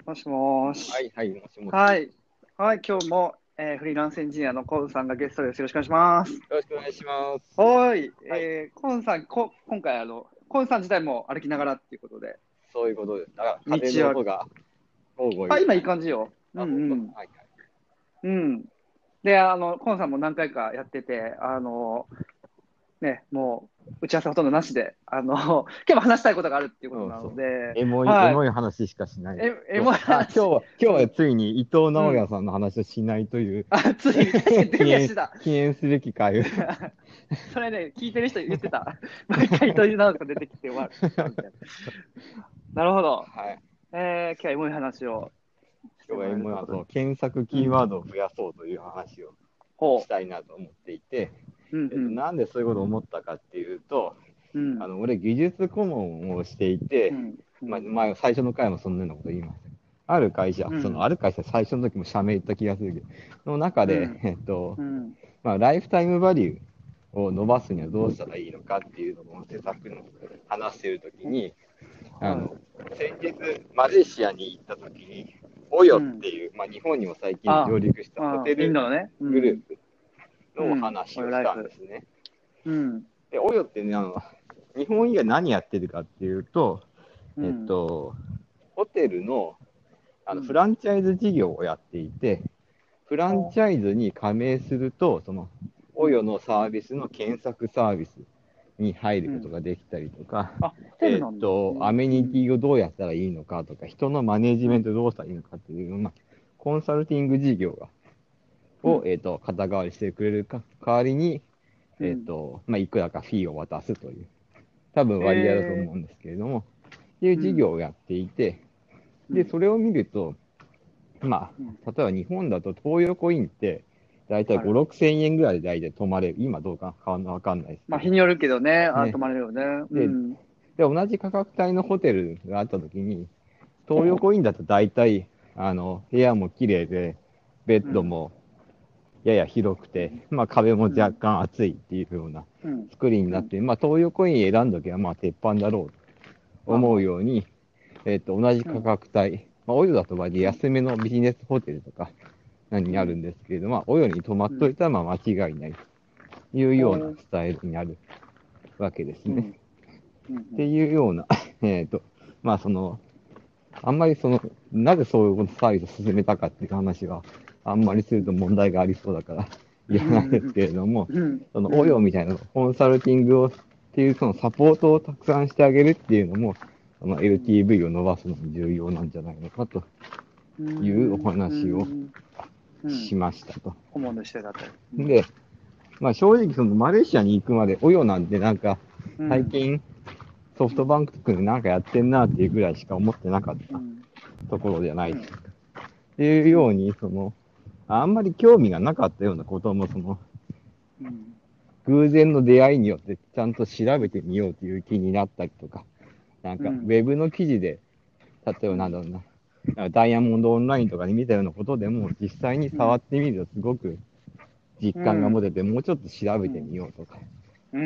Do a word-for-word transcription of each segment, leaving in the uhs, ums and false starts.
もしもーし。 はいはい、もしもし。 はい。はい、今日も、えーフリーランスエンジニアのコンさんがゲストです。よろしくお願いします。 よろしくお願いします。 はい。 はい、 えー、コンさん、こ、今回、あの、コンさん自体も歩きながらっていうことで、 そういうことです。だから風の道は、 音が交互あ、 に。 今いい感じよ。うあ、本当。はんいはい。 うん。うん。で、あの、コンさんも何回かやってて、あの、ね、もう、打ち合わせほとんどなしで、あの、今日も話したいことがあるっていうことうん、 なそう。 ので、 エモい、エはい。 モい話しかしない。 え、エ今日、 モいあ、今日話。 は、今日はそう。 ついに伊藤うん。 直哉さんの話をしないというあ、ついに、確かに記念、 前回してた。 記念すべき回をそれね、聞いてる人言ってた。毎回糸井直人が出てきて終わったみたいな。なるほど。 はい。 えー、今日はエモい話をして今日はもらえエモい話、 るということで。 その検索うん。 キーワードを増やそうという話をしほたいなと思っていて、 う。うん、 えっと、 うん。 なんでそういうことを思ったかっていうと、 うん。 あの、俺、技術顧問をしていて、 うん。うまあ、 ん。 まあ、最初の回もそんなようなこと言いました。ある会社、その、 うん。 ある会社、最初の時も社名言った気がするけど、の中で、 うん。 えっと、 うん。 まあ、ライフタイムバリューを伸ばすにはどうしたらいいのかっていうのを施策の話しているときに、あはい。 の、先日、マレーシアに行ったときに、オヨっうん。 ていう、まあ、日本にも最近あ、 上陸したホあ、 テルインドのね。うん。 グループのおうん。オイ話をしたんでルライフ。 すね。 うん。 で、オヨってね、あの、日本以外何やってるかっていうと、えっうん。 と、ホテルのあのフうん。 ランチャイズ事業をやっていて、フランチほャイズに加盟すると、その、 う。うん。 オヨのサービスの検索サービスに入ることうん。 ができたりとか、 あ、ホテルえなんだ。うっと、アん。 メニテうん。 ィをどうやったらいいのかとか、人のマネジうん。 メントどうしたらいいのかっていう、まあ、コンサルティング事業がを、 うん。 えっと、肩代わりしてくれるか代わりに、えっうん。 と、まあ、いくらかフィーを渡すという、多分割合だとえ思うんですけれども、っていうー。うん。 事業をやっていて、で、 うん。 それを見ると、まうん。 あ、例えば日本だと東横インって、だいたいご、 ある。 ろくせんえんぐらいで大体泊まれる。今どうか変わるのわかんないですまあ、 けど。 日によるけどね、あ、泊ね。 まれるよね。うで、で、 ん。 同じ価格帯のホテルがあったときに、東横インだと大体、あの、部屋も綺麗で、ベッうん。 ドもやや広くて、 うん。 まあ壁もうん。 若干厚いっていうようなうん。 作りにうん。 なって、まあ東横イン選んどけばまあ鉄板だろうと思まあまあ。 うように、えっ、と、同じ価うん。 格帯、まあ、オイルだと割うん。 安めのビジネスホテルとか何にあるんうん。 ですけれども、まあ、オイルに泊まっうん。 といたらまあ間違いないというようなほう。 スタイルになるわけですね。 うん。うん。 っていうような、えっ、と、まあその、あんまりその、なぜそういうサービスを進めたかっていう話は、あんまりすると問題がありそうだからう言わないですん。 けれども、 うん。 その、オイルうん。 みたいなコンサルティングをっていうそのサポートをたくさんしてあげるっていうのも、そのうん。 エルティーブイ を伸ばすのに重要なんじゃないのかとういうおん。う話をん。うん。 しましたと。 顧問のしてだと。うん。 で、まあ正直そのマレーシアに行くまで、オヨなんてなんかうん。 最近ソフトうん。 バンクでなんかやってんなっていうぐらいしか思ってなかったうん。 ところじゃないうん。 ですか。っていううん。 ように、その、あんまり興味がなかったようなことも、その、 うん。 偶然の出会いによってちゃんと調べてみようという気になったりとか、なんか、ウうん。 ェブの記事で、例えばなんだろうな、なんかダイヤモンドオンラインとかで見たようなことでも、実際にうん。 触ってみるとすごく実うん。 感が持てて、もうちょっと調べてうん。 みようとか、 うん。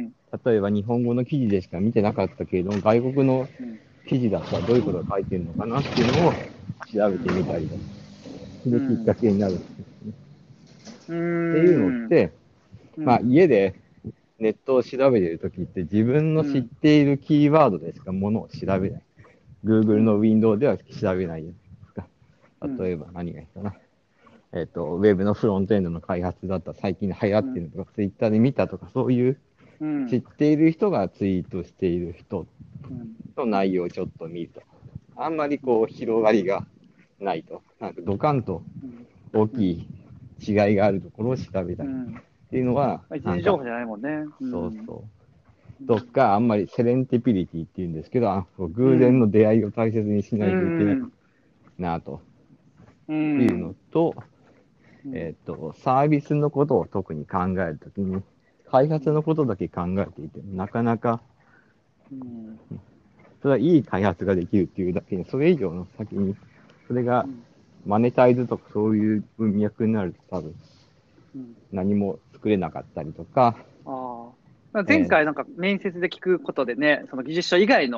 例えば日本語の記事でしか見てなかったけれども、外国のうん。 記事だったらどういうことが書いてるのかなっていうのを調べてみたりとか、で、きっかけになるんですね。 うっていうのっん。 て、まあうん。 家でネットを調べてるときって自分の知っうん。 ているキーワードでしかものを調べない。 う Google のん。 Windows では調べないですか。 うん。 例えば何がいいかな。えっ、と、ウェブのフロントエンドの開発だったら最近流行ってるのとか、Twitter で見たとか、そういううん。 知っている人がツイートしている人うん。 の内容をちょっと見ると。あんまりこう広がりがないと。なんかドカンとうん。 大うん。 きい違いがあるところを調べたいっうん。 ていうのは、 一なんか、 時情報じゃないもんね。うん。 そうそう。どっうん。 かあんまりセレンティピリティっていうんですけど、あ偶然うん。 の出会いを大切にしうないといけないん。 なとういうのん。 と、 うん。 えっ、と、サービスのことを特に考えるときに、開発のことだけ考えていても、なかなか、 うん。 それはいい開発ができるっていうだけに、それ以上の先に、それがうん。 マネタイズとかそういう文脈になると多分うん。 何も作れなかったりとか、 ああ。前え回なんか面接で聞くことでね、その技術書以外の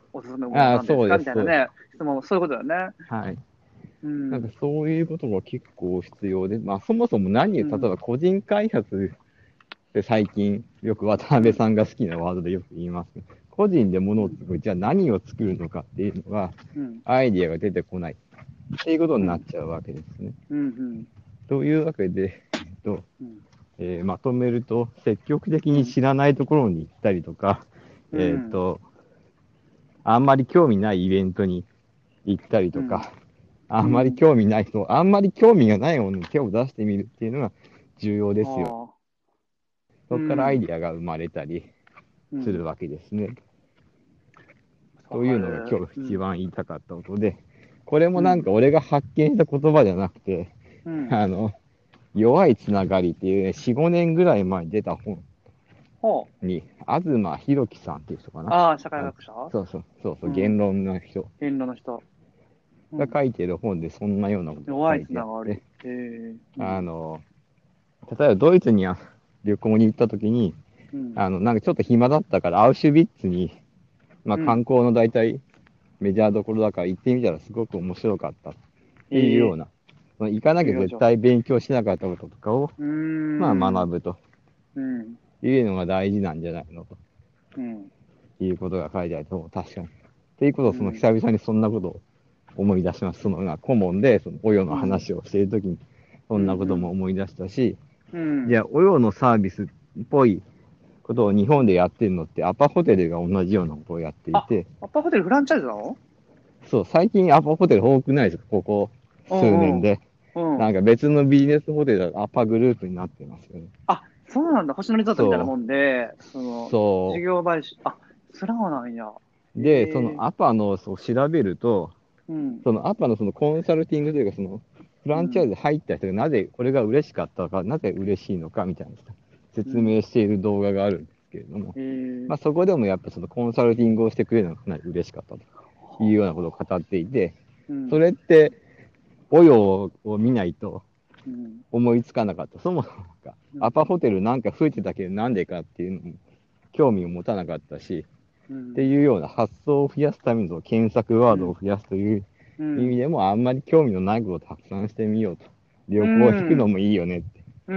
おすすめものなんですかみたいなね、質問、そういうことだよね。 はい。 うん、 なんかそういうことが結構必要で、まあそもそも何を、例えば個人開発で最近よく渡辺さんが好きなワードでよく言いますけど、個人で物を作る、じゃあ何を作るのかっていうのが、アイディアが出てこないっていうことになっちゃうわけですね。 うんうん、 というわけで、えっとえー、まとめると、積極的に知らないところに行ったりとか、うん、えっと、あんまり興味ないイベントに行ったりとか、うん、あんまり興味ない人、あんまり興味がないものに手を出してみるっていうのが重要ですよ。そこからアイディアが生まれたりするわけですね。うん、というのが今日一番言いたかったことで、これもなんか俺が発見した言葉じゃなくて、うん、あの、弱いつながりっていうね、よん、ごねんぐらい前に出た本に、東博樹さんっていう人かな。 ああ、社会学者そうそう、そうそう、言論の人。 言論の人。 が書いてる本でそんなようなことが書いてあって、あの、例えばドイツに旅行に行った時に、うん、あの、なんかちょっと暇だったから、アウシュビッツに、まあ観光の大体メジャーどころだから行ってみたらすごく面白かったっていうような、えー、行かなきゃ絶対勉強しなかったこととかを、まあ学ぶと、いうのが大事なんじゃないのと、うん、いうことが書いてあると、確かに。っていうことをその久々にそんなことを思い出します。その顧問で、そのおよの話をしているときに、そんなことも思い出したし、うんうん、じゃあ、およのサービスっぽいことを日本でやってるのって、アパホテルが同じようなことをやっていて。 アパホテルフランチャイズなの？ そう、最近アパホテル多くないですか、ここ数年で。うんうん、なんか別のビジネスホテルだアパグループになってますよね。 あ、そうなんだ。星野リゾートみたいなもんで、その、そう事業買収、あ、そらなんや。 で、そのアパのそう調べると、うん、そのアパのそのコンサルティングというか、そのフランチャイズ入った人がなぜこれが嬉しかったのか、うん、なぜ嬉しいのかみたいな説明している動画があるんですけれども、うん、まあ、そこでもやっぱそのコンサルティングをしてくれるのがかなり嬉しかったというようなことを語っていて、うん、それって、およを見ないと思いつかなかった。そもそもか、アパホテルなんか増えてたけどなんでかっていうのも興味を持たなかったし、っていうような発想を増やすための検索ワードを増やすという意味でも、あんまり興味のないことをたくさんしてみようと。旅行を引くのもいいよねって。うん、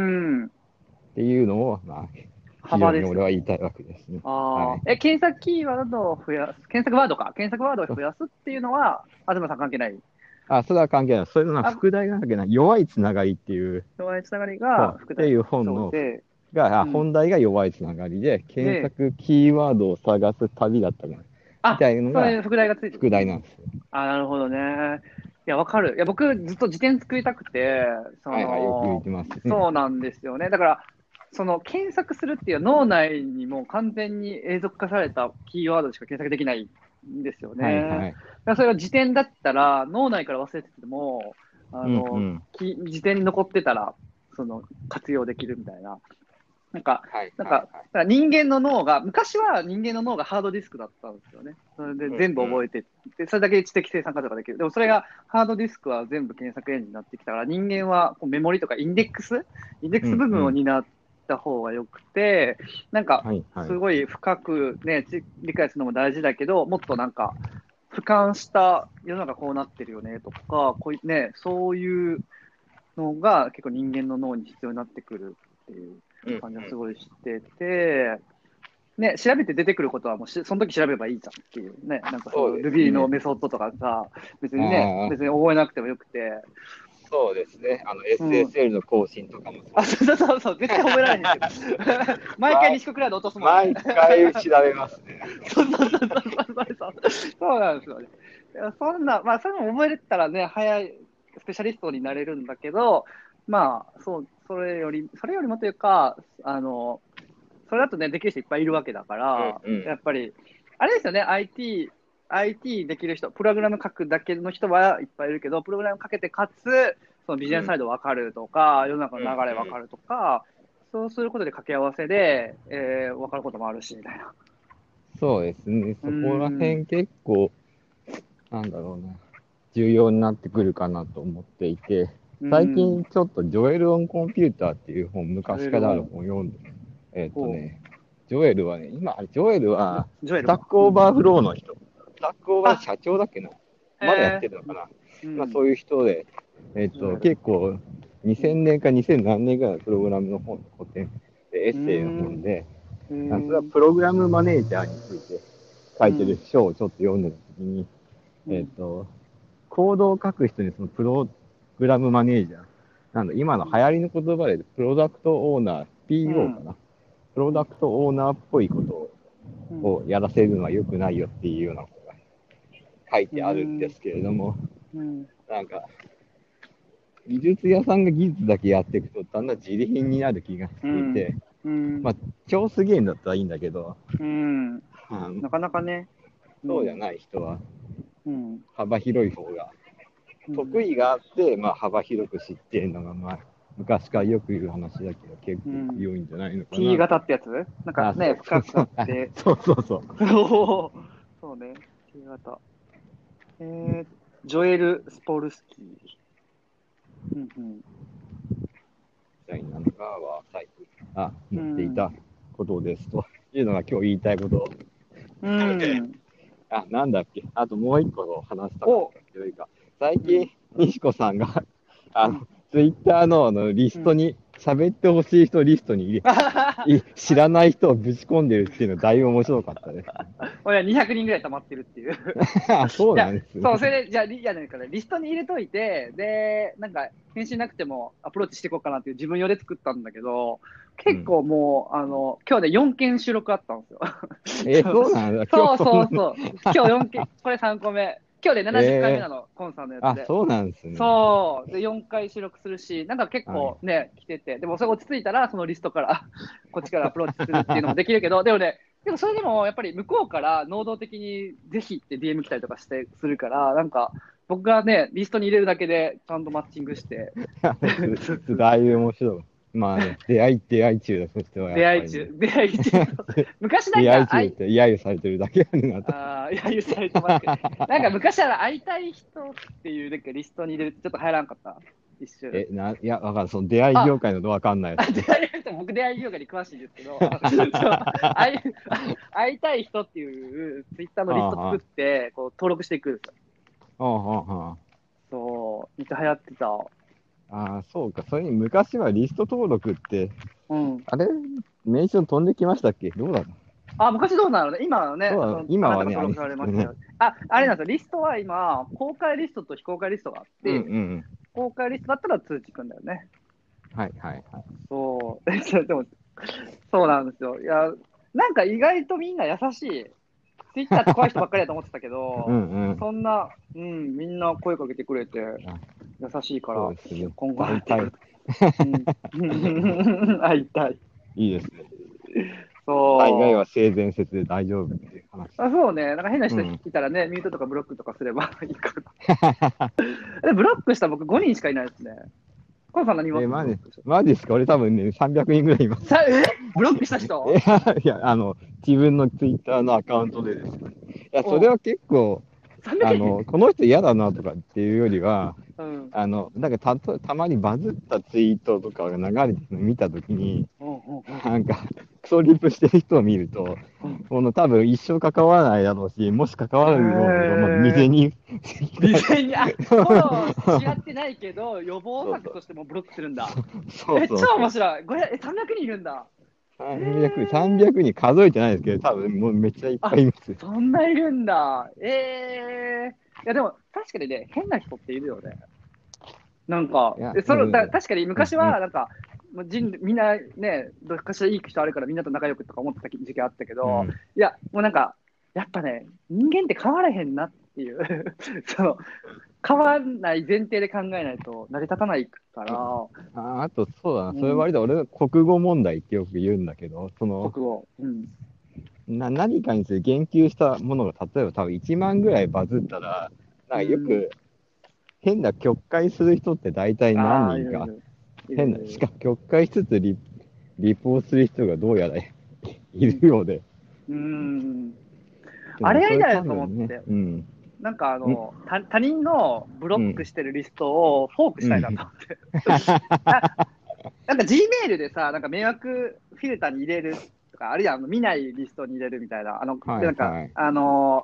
っていうのを、まあ、非常に俺は言いたいわけですね。 あはい、え、検索キーワードを増やす、検索ワードか。検索ワードを増やすっていうのは、東さん関係ない？ あ、それは関係ない。そういうのは副題が関係ない。弱いつながりっていう。 弱いつながりが副題。っていう本の。が、うん、本題が弱いつながりで、検索キーワードを探す旅だったかな。みたいなのが、 副題がついてる。 副題なんですよ。 あ、なるほどね。いや、わかる。いや、僕、ずっと辞典作りたくて、 その、はいはい、よく言ってます、ね。 そうなんですよね。だから、その、検索するっていう脳内にも完全に永続化されたキーワードしか検索できないんですよね。はいはい、だからそれが辞典だったら、脳内から忘れてても、あの、うんうん、辞典に残ってたら、その、活用できるみたいな。なんか、はい、なんか、はいはい、人間の脳が、昔は人間の脳がハードディスクだったんですよね。それで全部覚えて、でそれだけ知的生産化とかできる。でもそれが、ハードディスクは全部検索エンジンになってきたから、人間はこうメモリとかインデックスインデックス部分を担った方がよくて、うんうん、なんか、すごい深くね、理解するのも大事だけど、もっとなんか、俯瞰した世の中こうなってるよねとか、こうね、そういうのが結構人間の脳に必要になってくるっていう。感じがすごいしてて、ね、調べて出てくることはもうし、その時調べればいいじゃんっていうね、なんかそう、Ruby のメソッドとかさ、別にね、別に覚えなくてもよくて。 そうですね、あの エスエスエル の更新とかも、うん。 あ、そうそうそう、絶対覚えられないんですよ。毎回西国クラウド落とすもんね。毎回調べますね。 そうそうそうそうそうそう。そうなんですよね。そんな、まあ、そういうの覚えれたらね、早いスペシャリストになれるんだけど、まあ、そう、それより、それよりもというか、あの、それだとね、できる人いっぱいいるわけだから、うんうん、やっぱり、あれですよね、アイティー、アイティー できる人、プログラム書くだけの人はいっぱいいるけど、プログラム書けてかつ、そのビジネスサイド分かるとか、うん、世の中の流れ分かるとか、うんうん、そうすることで掛け合わせで、えー、分かることもあるし、みたいな。 そうですね、そこら辺結構、なんだろうな、重要になってくるかなと思っていて、最近ちょっとジョエル・オン・コンピューターっていう本、昔からある本を読んで、えっとね、ジョエルはね、今、ジョエルは、スタック・オーバーフローの人。 タックオーガ社長だっけな、まだやってるのかな、うん、まあ、そういう人で、えっと、うん、結構、にせんねんかにせん何年ぐらいのプログラムの本の古典で、エッセイの本で、うん、それはプログラムマネージャーについて書いてる書をちょっと読んでたときに、うん、えっと、コードを書く人にそのプログラムマネージャー、なんだ、今の流行りの言葉で、プロダクトオーナー、ピーオー かな、うん、プロダクトオーナーっぽいことをやらせるのは良くないよっていうようなことが書いてあるんですけれども、うん、なんか、技術屋さんが技術だけやっていくと、だんだん自利品になる気がしていて、うんうん、まあ、超すげえんだったらいいんだけど、 うん、なかなかね、 そうじゃない人は、幅広い方が、得意があって、まあ、幅広く知ってるのが、まあ、昔からよく言う話だけど、結構強いんじゃないのかな。 T 型ってやつなんかね、深くあって。 そうそうそう。 そうね、T 型。えー、ジョエル・スポルスキー。うんうん。みたいなのが、は、最近、あ、持っていたことですというのが今日言いたいこと。うん。あ、なんだっけ、あともう一個話したかったというか、最近、西子さんが、あの、ツイッターのあのリストに、喋ってほしい人リストに入れ、知らない人をぶち込んでるっていうのだいぶ面白かったです。 俺はにひゃくにんぐらい溜まってるっていう。 あ、そうなんですね。 そう、それで、じゃあ、いやねんから、リストに入れといて、で、なんか、返信なくてもアプローチしていこうかなっていう自分用で作ったんだけど、結構もう、うん、あの、今日でよんけん収録あったんですよ。 えー、そうなんだ。 そうそうそう。今日よんけん、これさんこめ。今日でななじゅっかいめなの、えー、コンさんのやつで。 あ、そうなんですね。 そう。で、よんかい収録するし、なんか結構ね、はい、来てて、でもそれ落ち着いたら、そのリストから、こっちからアプローチするっていうのもできるけど、でもね、でもそれでもやっぱり向こうから能動的にぜひって ディーエム 来たりとかしてするから、なんか僕がね、リストに入れるだけでちゃんとマッチングして。 だいぶ面白い。まあね、出会い、出会い中だ、そしてはやっぱり、ね。 出会い中、出会い中。昔なんか。 出会い中って揶揄されてるだけやねんなと。 ああ、揶揄されてますけど。なんか昔は会いたい人っていうなんかリストに入れるとちょっと入らんかった。一瞬。 え、な、いや、わかんない。その出会い業界のわかんない。 出会い僕出会い業界に詳しいんですけど、会い、会いたい人っていうツイッターのリスト作って、こう登録していくんですよ。 ああ、ああ。 そう、めっちゃ流行ってた。 ああ、そうか。それに昔はリスト登録って、うん、あれ、メンション飛んできましたっけ？どうだろう？ あ、昔どうなのね、今はね、 今はね、 あねあ、あれなんですよ、リストは今、公開リストと非公開リストがあって、うんうん、公開リストだったら通知くんだよね。 はいはいはい。 そう、でも、そうなんですよ。いや、なんか意外とみんな優しい。ツイッターって怖い人ばっかりだと思ってたけど、うんうん、そんな、うん、みんな声かけてくれて、優しいから、ね、今後会いたい。会いたい。 いいですね。そう。海外は性善説で大丈夫っていう話。 あ、そうね。なんか変な人いたらね、うん、ミュートとかブロックとかすればいいかな。で、ブロックした僕ごにんしかいないですね。コンさん何え、マジマジですか？俺多分ね、さんびゃくにんぐらいいます。 さえブロックした人いや、あの、自分のツイッターのアカウントでですね。いや、それは結構、あの、この人嫌だなとかっていうよりは、うん、あの、なんかた、たまにバズったツイートとかが流れてるのを見たときに、うんうんうん、なんか、クソリプしてる人を見ると、うん、この多分一生関わらないだろうし、もし関わるような未然に。 未然に、あ、フォローし合ってないけど、予防策としてもブロックするんだ。そうそうえ、超面白い。え、さんびゃくにんいるんだ。 さんびゃく、さんびゃくにん数えてないですけど、多分もうめっちゃいっぱいいます。 そんないるんだ。えー。いや、でも、確かにね、変な人っているよね。なんか、そのだ確かに昔は、なんか、うん、人みんなね、どっかしらいい人あるからみんなと仲良くとか思ってた時期あったけど、うん、いや、もうなんか、やっぱね、人間って変わらへんなっていう、その、変わらない前提で考えないと成り立たないから。 ああと、そうだな、それ割と俺は国語問題ってよく言うんだけど、その、 国語。うん。 な何かについて言及したものが例えば多分いちまんぐらいバズったら、なんかよく、うん変な曲解する人って大体何人か、変な、しかも曲解しつつリ、リポーする人がどうやらいるようで。 うん。あれやりたいなと思って。うん、なんかあの、他、他人のブロックしてるリストをフォークしたいなと思って。うん、なんか Gmail でさ、なんか迷惑フィルターに入れるとか、あるいは見ないリストに入れるみたいな。あの、はいはい、なんか、あの、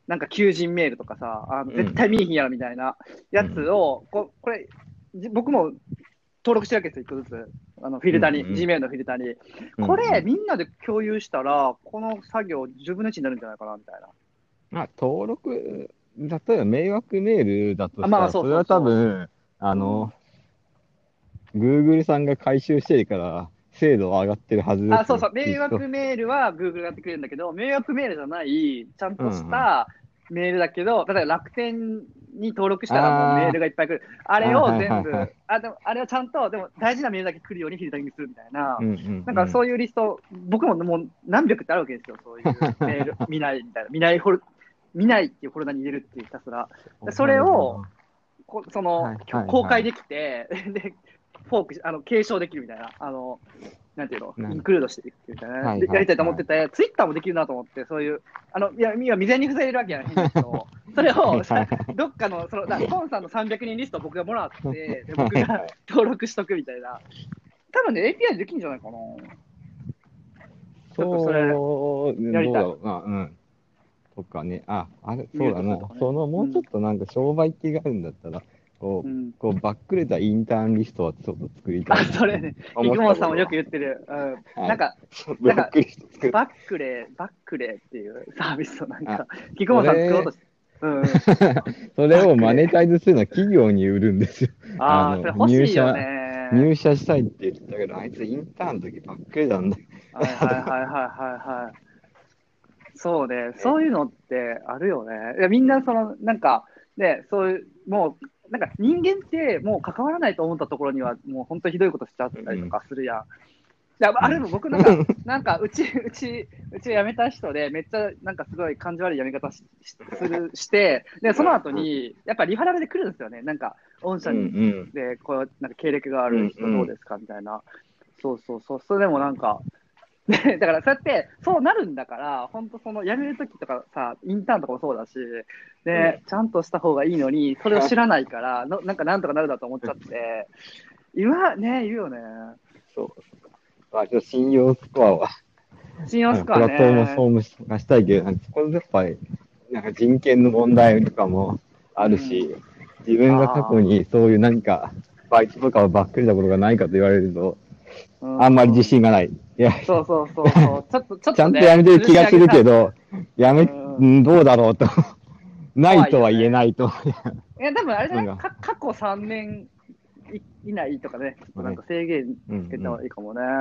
なんか求人メールとかさ、あの絶対見えへんやろみたいなやつを、うん、ここれ、僕も登録してるわけですよ、一個ずつ。あのフィルターに、うんうん、Gmail のフィルターに。これ、うんうん、みんなで共有したら、この作業じゅうぶんのいちになるんじゃないかなみたいな。 まあ、登録、例えば迷惑メールだとしたら、 まあ、そうそうそう、 それは多分、あの、うん、Google さんが回収してるから、精度は上がってるはずですよ。 あ、そうそう、迷惑メールは Google がやってくれるんだけど、迷惑メールじゃない、ちゃんとしたメールだけど、うんうん、例えば楽天に登録したらもうメールがいっぱい来る。あれを全部、あ、はいはいはい、あ、でもあれをちゃんと、でも大事なメールだけ来るようにフィルタリングするみたいな、うんうんうん、なんかそういうリスト、僕ももう何百ってあるわけですよ、そういうメール、見ないみたいな、見ないフォル、見ないっていうフォルダに入れるっていうひたすら。それを、こその、はいはいはい、公開できて、で、フォーク、あの、継承できるみたいな、あの、なんていうの、インクルードしていくみたいな、はいはいはい、やりたいと思ってて、ツイッターもできるなと思って、そういう、あの、いや、未然に防げるわけやないんですけど、それを、どっかの、その、だコンさんのさんびゃくにんリストを僕がもらって、で僕が登録しとくみたいな。多分ね、エーピーアイ できるんじゃないかな。ちょっとそれ、やりたい。 どうだろうな、うん。とかね、あ、あれ、そうだな、ね、その、もうちょっとなんか商売気があるんだったら、こう、うん、こうバックれたインターンリストはちょっと作りたい。 あ、それね、生駒さんもよく言ってる。うん、はい、なんか、なんかバックレー、バックレーっていうサービスをなんか、生駒さん作ろうとして。うん、 それをマネタイズするのは企業に売るんですよ。 ああ、それ欲しいよね。 入社したいって言ってたけど、あいつインターンの時バックレなんだよ。 はいはいはいはいはいはい。そうね、そういうのってあるよね。いやみんなその、なんか、ね、そういう、もう、なんか人間ってもう関わらないと思ったところには、もう本当ひどいことしちゃったりとかするやん。うん、いやあるの、僕なんか、なんかうち、うち、うち辞めた人で、めっちゃなんかすごい感じ悪い辞め方しするして、で、その後に、やっぱリファラルで来るんですよね。なんか、御社で、こう、なんか経歴がある人どうですかみたいな。そうそうそう、それでもなんか、だからそうやってそうなるんだから、本当その辞めるときとかさ、インターンとかもそうだし、で、うん、ちゃんとした方がいいのに、それを知らないからの、なんかなんとかなるだと思っちゃって、言わね、言うよね。 そう。まあ、ちょっと信用スコアは、 信用スコアね。 プラットフォーム総務がしたいけど、なんかそこでやっぱり、なんか人権の問題とかもあるし、うん、自分が過去にそういう何か、バイトとかをばっくりたことがないかと言われると、うん、あんまり自信がない。いや、 そうそうそうそう。ちょっと、ちょっと、ね、 ちゃんとやめてる気がするけど、やめ、うん、どうだろうと。ないとは言えないと。 いや、多分あれじゃないか、過去さんねん以内とかね、なんか制限つけた方がいいかもね。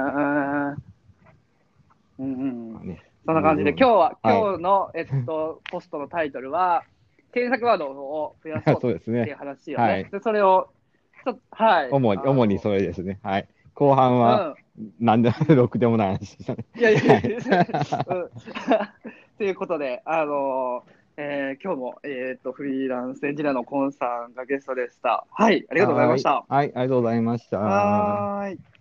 うんうん。うんうん。そんな感じで、今日は、今日の、えっと、ポストのタイトルは、検索ワードを増やそうっていう話よね。はい、で、それを、ちょっと、はい。 主に、主にそれですね。はい。後半は、なんで、ろくでもない話でしたね。 いやいやいや、ということで、あのー、えー、今日も、えっと、フリーランスエンジニアのコンさんがゲストでした。はい、ありがとうございました。 はい、はい、ありがとうございました。 はい。